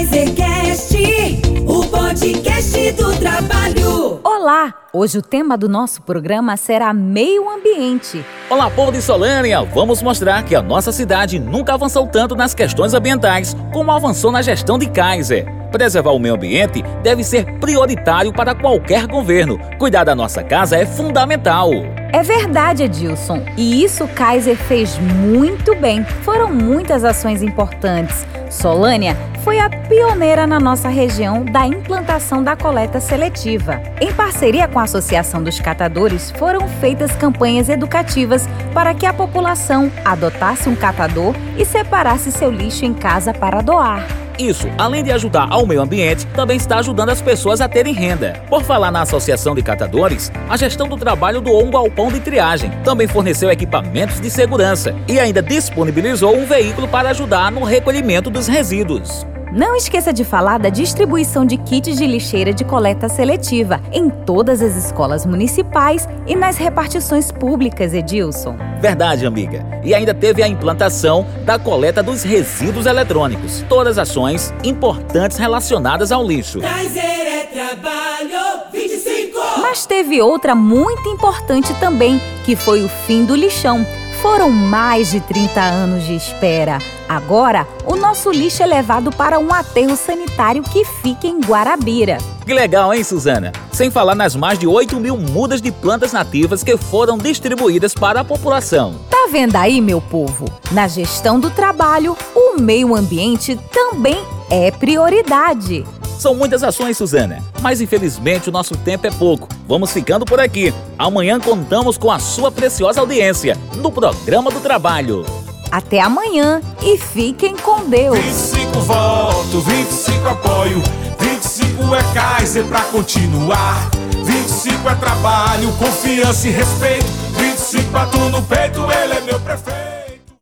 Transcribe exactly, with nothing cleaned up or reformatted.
KaiserCast, o podcast do trabalho. Olá! Hoje o tema do nosso programa será meio ambiente. Olá, povo de Solânia! Vamos mostrar que a nossa cidade nunca avançou tanto nas questões ambientais como avançou na gestão de Kaiser. Preservar o meio ambiente deve ser prioritário para qualquer governo. Cuidar da nossa casa é fundamental. É verdade, Edilson. E isso Kaiser fez muito bem. Foram muitas ações importantes. Solânia foi a pioneira na nossa região da implantação da coleta seletiva. Em parceria com a Associação dos Catadores, foram feitas campanhas educativas para que a população adotasse um catador e separasse seu lixo em casa para doar. Isso, além de ajudar ao meio ambiente, também está ajudando as pessoas a terem renda. Por falar na Associação de Catadores, a Gestão do Trabalho doou um galpão de triagem, também forneceu equipamentos de segurança e ainda disponibilizou um veículo para ajudar no recolhimento dos resíduos. Não esqueça de falar da distribuição de kits de lixeira de coleta seletiva em todas as escolas municipais e nas repartições públicas, Edilson. Verdade, amiga. E ainda teve a implantação da coleta dos resíduos eletrônicos. Todas ações importantes relacionadas ao lixo. Kaiser é trabalho vinte e cinco. Mas teve outra muito importante também, que foi o fim do lixão. Foram mais de trinta anos de espera. Agora, o nosso lixo é levado para um aterro sanitário que fica em Guarabira. Que legal, hein, Suzana? Sem falar nas mais de oito mil mudas de plantas nativas que foram distribuídas para a população. Tá vendo aí, meu povo? Na gestão do trabalho, o meio ambiente também é prioridade. São muitas ações, Suzana, mas infelizmente o nosso tempo é pouco. Vamos ficando por aqui. Amanhã contamos com a sua preciosa audiência no Programa do Trabalho. Até amanhã e fiquem com Deus. vinte e cinco votos, vinte e cinco apoio, vinte e cinco é Kaiser pra continuar. vinte e cinco é trabalho, confiança e respeito, vinte e cinco bato no peito, ele é meu prefeito.